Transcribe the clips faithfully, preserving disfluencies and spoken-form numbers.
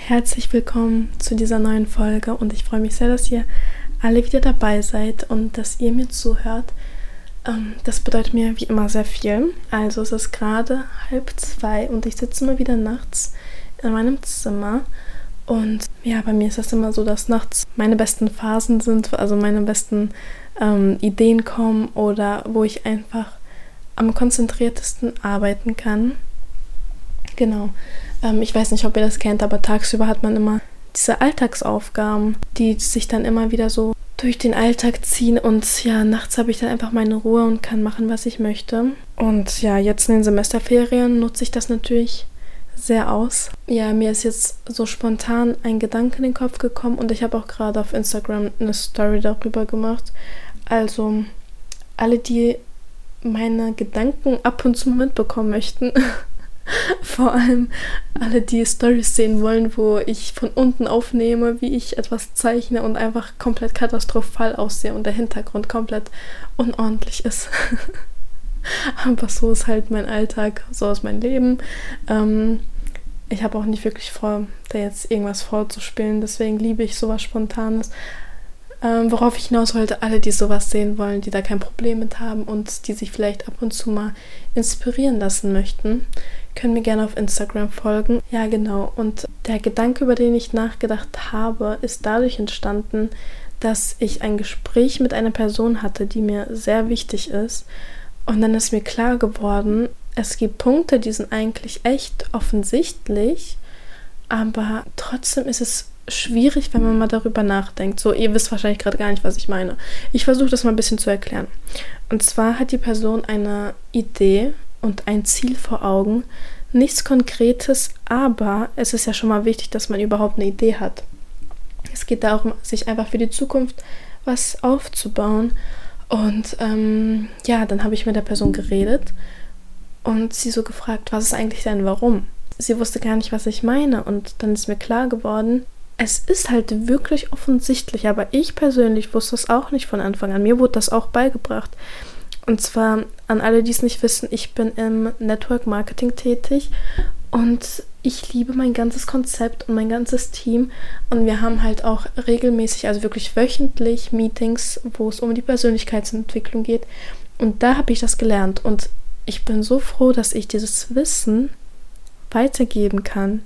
Herzlich willkommen zu dieser neuen Folge und ich freue mich sehr, dass ihr alle wieder dabei seid und dass ihr mir zuhört. Ähm, das bedeutet mir wie immer sehr viel. Also es ist gerade halb zwei und ich sitze mal wieder nachts in meinem Zimmer und ja, bei mir ist das immer so, dass nachts meine besten Phasen sind, also meine besten ähm, Ideen kommen oder wo ich einfach am konzentriertesten arbeiten kann. Genau. Ähm, ich weiß nicht, ob ihr das kennt, aber tagsüber hat man immer diese Alltagsaufgaben, die sich dann immer wieder so durch den Alltag ziehen und ja, nachts habe ich dann einfach meine Ruhe und kann machen, was ich möchte. Und ja, jetzt in den Semesterferien nutze ich das natürlich sehr aus. Ja, mir ist jetzt so spontan ein Gedanke in den Kopf gekommen und ich habe auch gerade auf Instagram eine Story darüber gemacht. Also alle, die meine Gedanken ab und zu mitbekommen möchten, vor allem alle, die Storys sehen wollen, wo ich von unten aufnehme, wie ich etwas zeichne und einfach komplett katastrophal aussehe und der Hintergrund komplett unordentlich ist. Aber so ist halt mein Alltag, so ist mein Leben. Ähm, ich habe auch nicht wirklich vor, da jetzt irgendwas vorzuspielen, deswegen liebe ich sowas Spontanes. Ähm, worauf ich hinaus wollte, alle, die sowas sehen wollen, die da kein Problem mit haben und die sich vielleicht ab und zu mal inspirieren lassen möchten, können mir gerne auf Instagram folgen. Ja, genau. Und der Gedanke, über den ich nachgedacht habe, ist dadurch entstanden, dass ich ein Gespräch mit einer Person hatte, die mir sehr wichtig ist. Und dann ist mir klar geworden, es gibt Punkte, die sind eigentlich echt offensichtlich, aber trotzdem ist es schwierig, wenn man mal darüber nachdenkt. So, ihr wisst wahrscheinlich gerade gar nicht, was ich meine. Ich versuche das mal ein bisschen zu erklären. Und zwar hat die Person eine Idee und ein Ziel vor Augen. Nichts Konkretes, aber es ist ja schon mal wichtig, dass man überhaupt eine Idee hat. Es geht darum, sich einfach für die Zukunft was aufzubauen. Und ähm, ja, dann habe ich mit der Person geredet und sie so gefragt, was ist eigentlich dein Warum? Sie wusste gar nicht, was ich meine. Und dann ist mir klar geworden, es ist halt wirklich offensichtlich, aber ich persönlich wusste es auch nicht von Anfang an. Mir wurde das auch beigebracht. Und zwar an alle, die es nicht wissen, ich bin im Network Marketing tätig und ich liebe mein ganzes Konzept und mein ganzes Team. Und wir haben halt auch regelmäßig, also wirklich wöchentlich Meetings, wo es um die Persönlichkeitsentwicklung geht. Und da habe ich das gelernt. Und ich bin so froh, dass ich dieses Wissen weitergeben kann.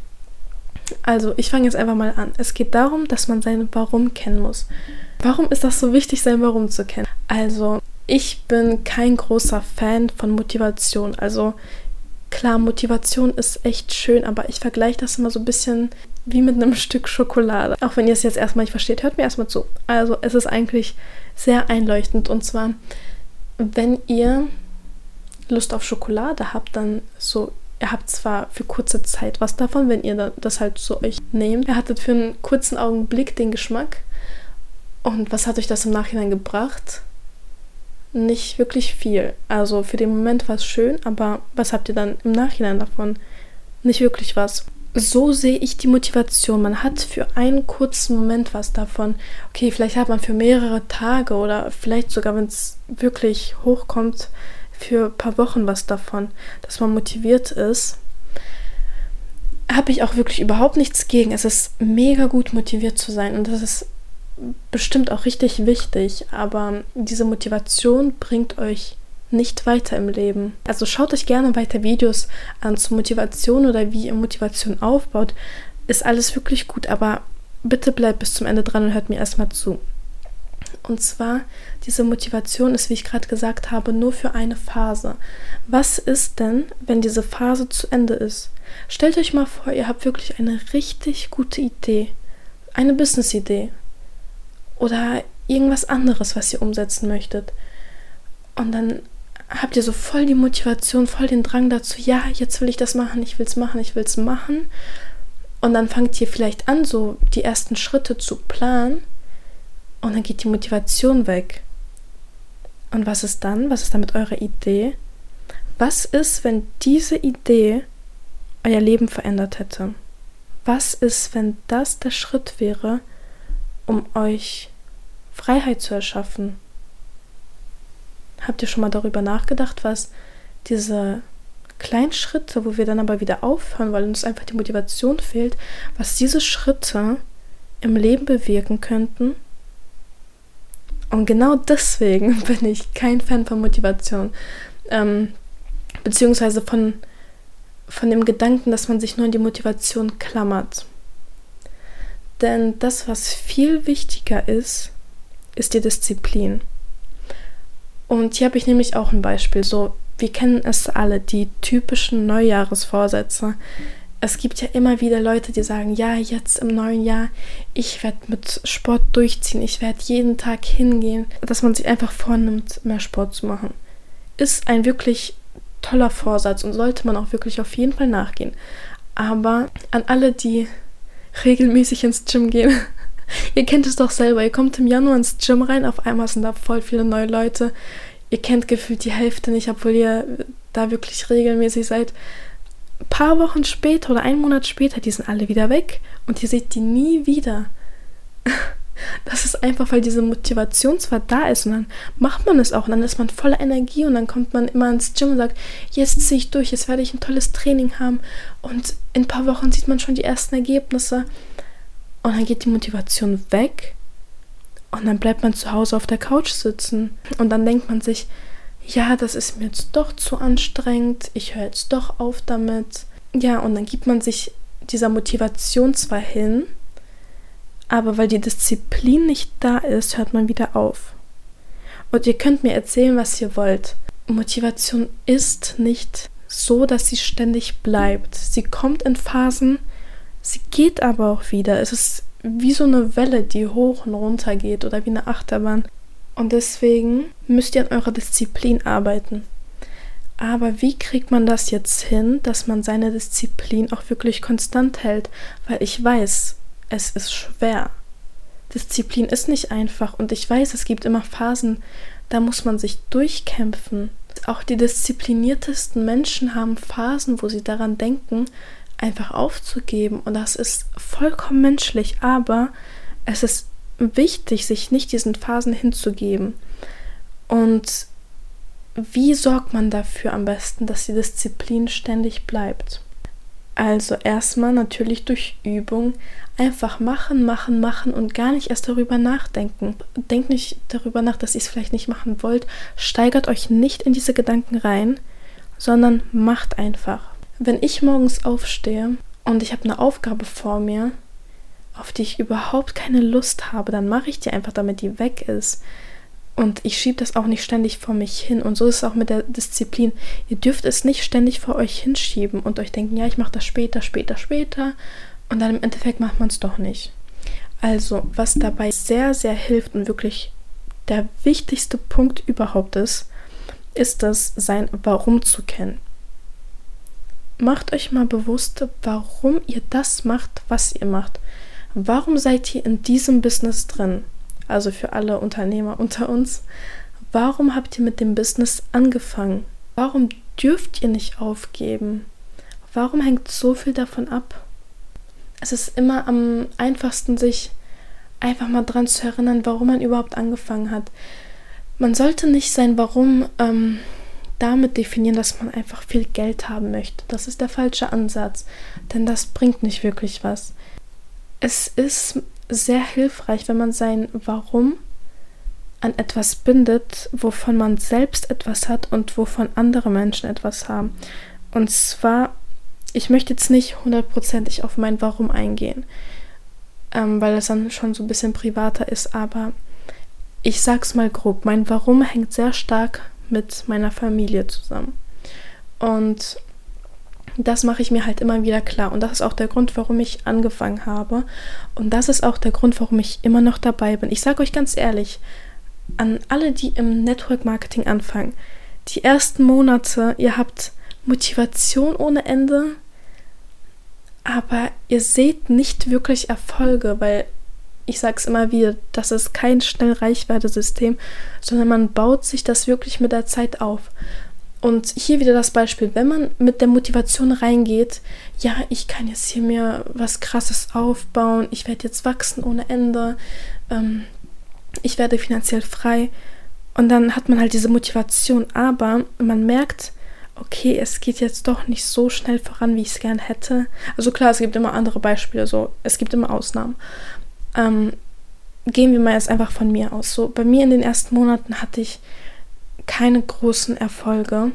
Also, ich fange jetzt einfach mal an. Es geht darum, dass man sein Warum kennen muss. Warum ist das so wichtig, sein Warum zu kennen? Also, ich bin kein großer Fan von Motivation. Also, klar, Motivation ist echt schön, aber ich vergleiche das immer so ein bisschen wie mit einem Stück Schokolade. Auch wenn ihr es jetzt erstmal nicht versteht, hört mir erstmal zu. Also, es ist eigentlich sehr einleuchtend. Und zwar, wenn ihr Lust auf Schokolade habt, dann so ihr habt zwar für kurze Zeit was davon, wenn ihr das halt zu euch nehmt. Ihr hattet für einen kurzen Augenblick den Geschmack. Und was hat euch das im Nachhinein gebracht? Nicht wirklich viel. Also für den Moment war es schön, aber was habt ihr dann im Nachhinein davon? Nicht wirklich was. So sehe ich die Motivation. Man hat für einen kurzen Moment was davon. Okay, vielleicht hat man für mehrere Tage oder vielleicht sogar, wenn es wirklich hochkommt, für ein paar Wochen was davon, dass man motiviert ist. Habe ich auch wirklich überhaupt nichts gegen. Es ist mega gut, motiviert zu sein und das ist bestimmt auch richtig wichtig, aber diese Motivation bringt euch nicht weiter im Leben. Also schaut euch gerne weiter Videos an zur Motivation oder wie ihr Motivation aufbaut. Ist alles wirklich gut, aber bitte bleibt bis zum Ende dran und hört mir erstmal zu. Und zwar, diese Motivation ist, wie ich gerade gesagt habe, nur für eine Phase. Was ist denn, wenn diese Phase zu Ende ist? Stellt euch mal vor, ihr habt wirklich eine richtig gute Idee. Eine Business-Idee. Oder irgendwas anderes, was ihr umsetzen möchtet. Und dann habt ihr so voll die Motivation, voll den Drang dazu, ja, jetzt will ich das machen, ich will es machen, ich will es machen. Und dann fangt ihr vielleicht an, so die ersten Schritte zu planen. Und dann geht die Motivation weg. Und was ist dann? Was ist dann mit eurer Idee? Was ist, wenn diese Idee euer Leben verändert hätte? Was ist, wenn das der Schritt wäre, um euch Freiheit zu erschaffen? Habt ihr schon mal darüber nachgedacht, was diese kleinen Schritte, wo wir dann aber wieder aufhören, weil uns einfach die Motivation fehlt, was diese Schritte im Leben bewirken könnten. Und genau deswegen bin ich kein Fan von Motivation, ähm, beziehungsweise von, von dem Gedanken, dass man sich nur an die Motivation klammert. Denn das, was viel wichtiger ist, ist die Disziplin. Und hier habe ich nämlich auch ein Beispiel. So, wir kennen es alle, die typischen Neujahresvorsätze. Es gibt ja immer wieder Leute, die sagen, ja, jetzt im neuen Jahr, ich werde mit Sport durchziehen, ich werde jeden Tag hingehen, dass man sich einfach vornimmt, mehr Sport zu machen. Ist ein wirklich toller Vorsatz und sollte man auch wirklich auf jeden Fall nachgehen. Aber an alle, die regelmäßig ins Gym gehen, ihr kennt es doch selber, ihr kommt im Januar ins Gym rein, auf einmal sind da voll viele neue Leute, ihr kennt gefühlt die Hälfte nicht, obwohl ihr da wirklich regelmäßig seid. Ein paar Wochen später oder einen Monat später, die sind alle wieder weg und ihr seht die nie wieder. Das ist einfach, weil diese Motivation zwar da ist und dann macht man es auch und dann ist man voller Energie und dann kommt man immer ins Gym und sagt, jetzt ziehe ich durch, jetzt werde ich ein tolles Training haben und in ein paar Wochen sieht man schon die ersten Ergebnisse und dann geht die Motivation weg und dann bleibt man zu Hause auf der Couch sitzen und dann denkt man sich, ja, das ist mir jetzt doch zu anstrengend, ich höre jetzt doch auf damit. Ja, und dann gibt man sich dieser Motivation zwar hin, aber weil die Disziplin nicht da ist, hört man wieder auf. Und ihr könnt mir erzählen, was ihr wollt. Motivation ist nicht so, dass sie ständig bleibt. Sie kommt in Phasen, sie geht aber auch wieder. Es ist wie so eine Welle, die hoch und runter geht oder wie eine Achterbahn. Und deswegen müsst ihr an eurer Disziplin arbeiten. Aber wie kriegt man das jetzt hin, dass man seine Disziplin auch wirklich konstant hält? Weil ich weiß, es ist schwer. Disziplin ist nicht einfach und ich weiß, es gibt immer Phasen, da muss man sich durchkämpfen. Auch die diszipliniertesten Menschen haben Phasen, wo sie daran denken, einfach aufzugeben und das ist vollkommen menschlich, aber es ist wichtig, sich nicht diesen Phasen hinzugeben. Und wie sorgt man dafür am besten, dass die Disziplin ständig bleibt? Also erstmal natürlich durch Übung. Einfach machen, machen, machen und gar nicht erst darüber nachdenken. Denkt nicht darüber nach, dass ihr es vielleicht nicht machen wollt. Steigert euch nicht in diese Gedanken rein, sondern macht einfach. Wenn ich morgens aufstehe und ich habe eine Aufgabe vor mir, auf die ich überhaupt keine Lust habe, dann mache ich die einfach, damit die weg ist. Und ich schiebe das auch nicht ständig vor mich hin. Und so ist es auch mit der Disziplin. Ihr dürft es nicht ständig vor euch hinschieben und euch denken, ja, ich mache das später, später, später. Und dann im Endeffekt macht man es doch nicht. Also, was dabei sehr, sehr hilft und wirklich der wichtigste Punkt überhaupt ist, ist es, sein Warum zu kennen. Macht euch mal bewusst, warum ihr das macht, was ihr macht. Warum seid ihr in diesem Business drin? Also für alle Unternehmer unter uns. Warum habt ihr mit dem Business angefangen? Warum dürft ihr nicht aufgeben? Warum hängt so viel davon ab? Es ist immer am einfachsten, sich einfach mal dran zu erinnern, warum man überhaupt angefangen hat. Man sollte nicht sein Warum ähm, damit definieren, dass man einfach viel Geld haben möchte. Das ist der falsche Ansatz, denn das bringt nicht wirklich was. Es ist sehr hilfreich, wenn man sein Warum an etwas bindet, wovon man selbst etwas hat und wovon andere Menschen etwas haben. Und zwar, ich möchte jetzt nicht hundertprozentig auf mein Warum eingehen, ähm, weil das dann schon so ein bisschen privater ist, aber ich sag's mal grob. Mein Warum hängt sehr stark mit meiner Familie zusammen. Und das mache ich mir halt immer wieder klar. Und das ist auch der Grund, warum ich angefangen habe. Und das ist auch der Grund, warum ich immer noch dabei bin. Ich sage euch ganz ehrlich, an alle, die im Network Marketing anfangen, die ersten Monate, ihr habt Motivation ohne Ende, aber ihr seht nicht wirklich Erfolge, weil ich sage es immer wieder, das ist kein Schnellreichweite-System, sondern man baut sich das wirklich mit der Zeit auf. Und hier wieder das Beispiel, wenn man mit der Motivation reingeht, ja, ich kann jetzt hier mir was Krasses aufbauen, ich werde jetzt wachsen ohne Ende, ähm, ich werde finanziell frei und dann hat man halt diese Motivation, aber man merkt okay, es geht jetzt doch nicht so schnell voran, wie ich es gern hätte. Also klar, es gibt immer andere Beispiele, so, es gibt immer Ausnahmen. Ähm, gehen wir mal jetzt einfach von mir aus. So, bei mir in den ersten Monaten hatte ich keine großen Erfolge.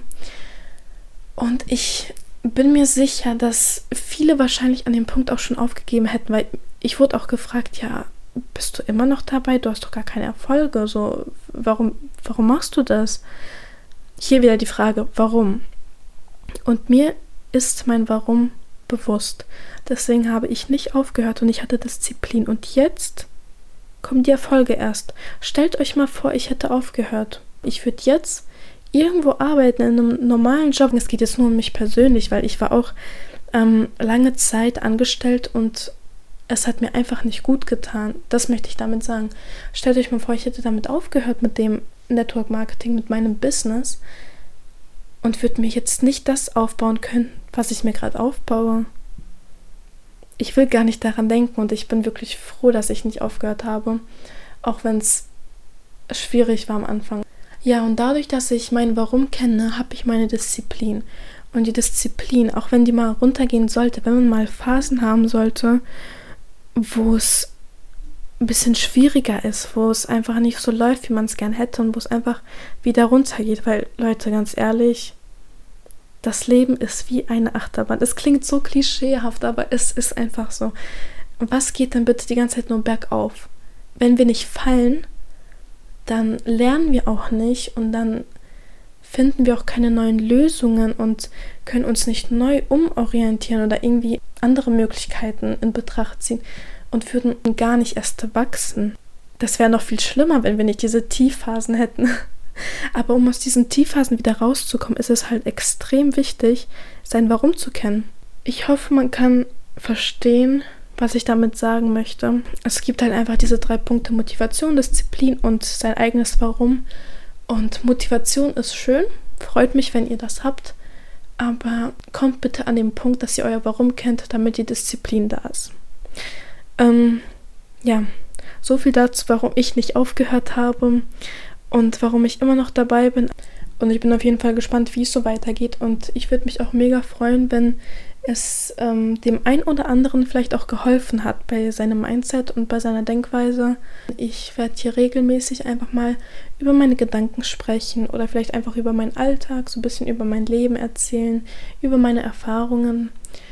Und ich bin mir sicher, dass viele wahrscheinlich an dem Punkt auch schon aufgegeben hätten, weil ich wurde auch gefragt, ja, bist du immer noch dabei? Du hast doch gar keine Erfolge. So, warum, warum machst du das? Hier wieder die Frage, warum? Und mir ist mein Warum bewusst. Deswegen habe ich nicht aufgehört und ich hatte Disziplin. Und jetzt kommen die Erfolge erst. Stellt euch mal vor, ich hätte aufgehört. Ich würde jetzt irgendwo arbeiten in einem normalen Job. Es geht jetzt nur um mich persönlich, weil ich war auch ähm, lange Zeit angestellt und es hat mir einfach nicht gut getan. Das möchte ich damit sagen. Stellt euch mal vor, ich hätte damit aufgehört mit dem Network Marketing, mit meinem Business und würde mir jetzt nicht das aufbauen können, was ich mir gerade aufbaue. Ich will gar nicht daran denken und ich bin wirklich froh, dass ich nicht aufgehört habe, auch wenn es schwierig war am Anfang. Ja, und dadurch, dass ich mein Warum kenne, habe ich meine Disziplin. Und die Disziplin, auch wenn die mal runtergehen sollte, wenn man mal Phasen haben sollte, wo es ein bisschen schwieriger ist, wo es einfach nicht so läuft, wie man es gern hätte und wo es einfach wieder runtergeht, weil, Leute, ganz ehrlich, das Leben ist wie eine Achterbahn. Es klingt so klischeehaft, aber es ist einfach so. Was geht denn bitte die ganze Zeit nur bergauf? Wenn wir nicht fallen, dann lernen wir auch nicht und dann finden wir auch keine neuen Lösungen und können uns nicht neu umorientieren oder irgendwie andere Möglichkeiten in Betracht ziehen und würden gar nicht erst wachsen. Das wäre noch viel schlimmer, wenn wir nicht diese Tiefphasen hätten. Aber um aus diesen Tiefphasen wieder rauszukommen, ist es halt extrem wichtig, sein Warum zu kennen. Ich hoffe, man kann verstehen, was ich damit sagen möchte. Es gibt halt einfach diese drei Punkte: Motivation, Disziplin und sein eigenes Warum. Und Motivation ist schön, freut mich, wenn ihr das habt, aber kommt bitte an den Punkt, dass ihr euer Warum kennt, damit die Disziplin da ist. Ähm, ja, so viel dazu, warum ich nicht aufgehört habe und warum ich immer noch dabei bin. Und ich bin auf jeden Fall gespannt, wie es so weitergeht. Und ich würde mich auch mega freuen, wenn es ähm, dem einen oder anderen vielleicht auch geholfen hat bei seinem Mindset und bei seiner Denkweise. Ich werde hier regelmäßig einfach mal über meine Gedanken sprechen oder vielleicht einfach über meinen Alltag, so ein bisschen über mein Leben erzählen, über meine Erfahrungen.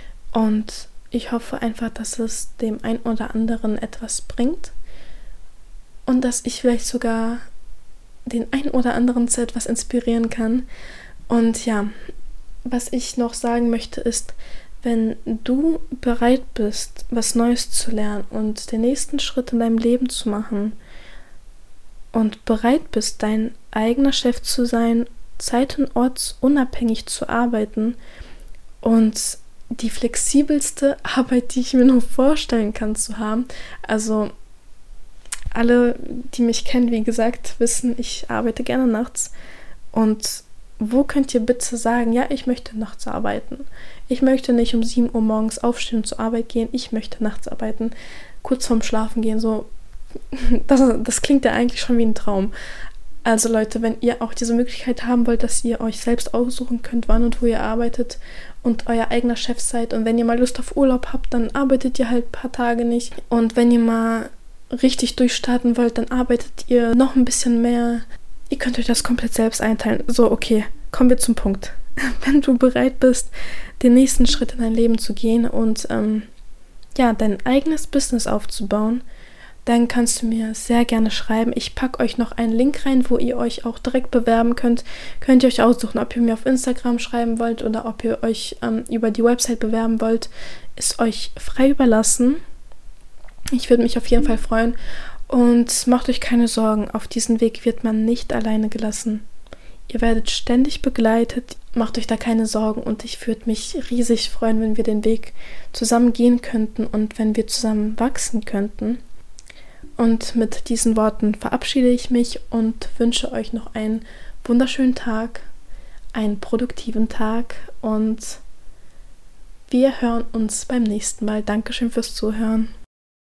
Und ich hoffe einfach, dass es dem einen oder anderen etwas bringt und dass ich vielleicht sogar den einen oder anderen zu etwas inspirieren kann. Und ja, was ich noch sagen möchte ist, wenn du bereit bist, was Neues zu lernen und den nächsten Schritt in deinem Leben zu machen und bereit bist, dein eigener Chef zu sein, zeit- und ortsunabhängig zu arbeiten und die flexibelste Arbeit, die ich mir nur vorstellen kann, zu haben, also alle, die mich kennen, wie gesagt, wissen, ich arbeite gerne nachts. Und wo könnt ihr bitte sagen, ja, ich möchte nachts arbeiten. Ich möchte nicht um sieben Uhr morgens aufstehen und zur Arbeit gehen. Ich möchte nachts arbeiten, kurz vorm Schlafen gehen. So, das, das klingt ja eigentlich schon wie ein Traum. Also Leute, wenn ihr auch diese Möglichkeit haben wollt, dass ihr euch selbst aussuchen könnt, wann und wo ihr arbeitet und euer eigener Chef seid. Und wenn ihr mal Lust auf Urlaub habt, dann arbeitet ihr halt ein paar Tage nicht. Und wenn ihr mal richtig durchstarten wollt, dann arbeitet ihr noch ein bisschen mehr. Ihr könnt euch das komplett selbst einteilen. So, okay, kommen wir zum Punkt. Wenn du bereit bist, den nächsten Schritt in dein Leben zu gehen und ähm, ja, dein eigenes Business aufzubauen, dann kannst du mir sehr gerne schreiben. Ich packe euch noch einen Link rein, wo ihr euch auch direkt bewerben könnt. Könnt ihr euch aussuchen, ob ihr mir auf Instagram schreiben wollt oder ob ihr euch ähm, über die Website bewerben wollt. Ist euch frei überlassen. Ich würde mich auf jeden Fall freuen und macht euch keine Sorgen, auf diesen Weg wird man nicht alleine gelassen. Ihr werdet ständig begleitet, macht euch da keine Sorgen und ich würde mich riesig freuen, wenn wir den Weg zusammen gehen könnten und wenn wir zusammen wachsen könnten. Und mit diesen Worten verabschiede ich mich und wünsche euch noch einen wunderschönen Tag, einen produktiven Tag und wir hören uns beim nächsten Mal. Dankeschön fürs Zuhören.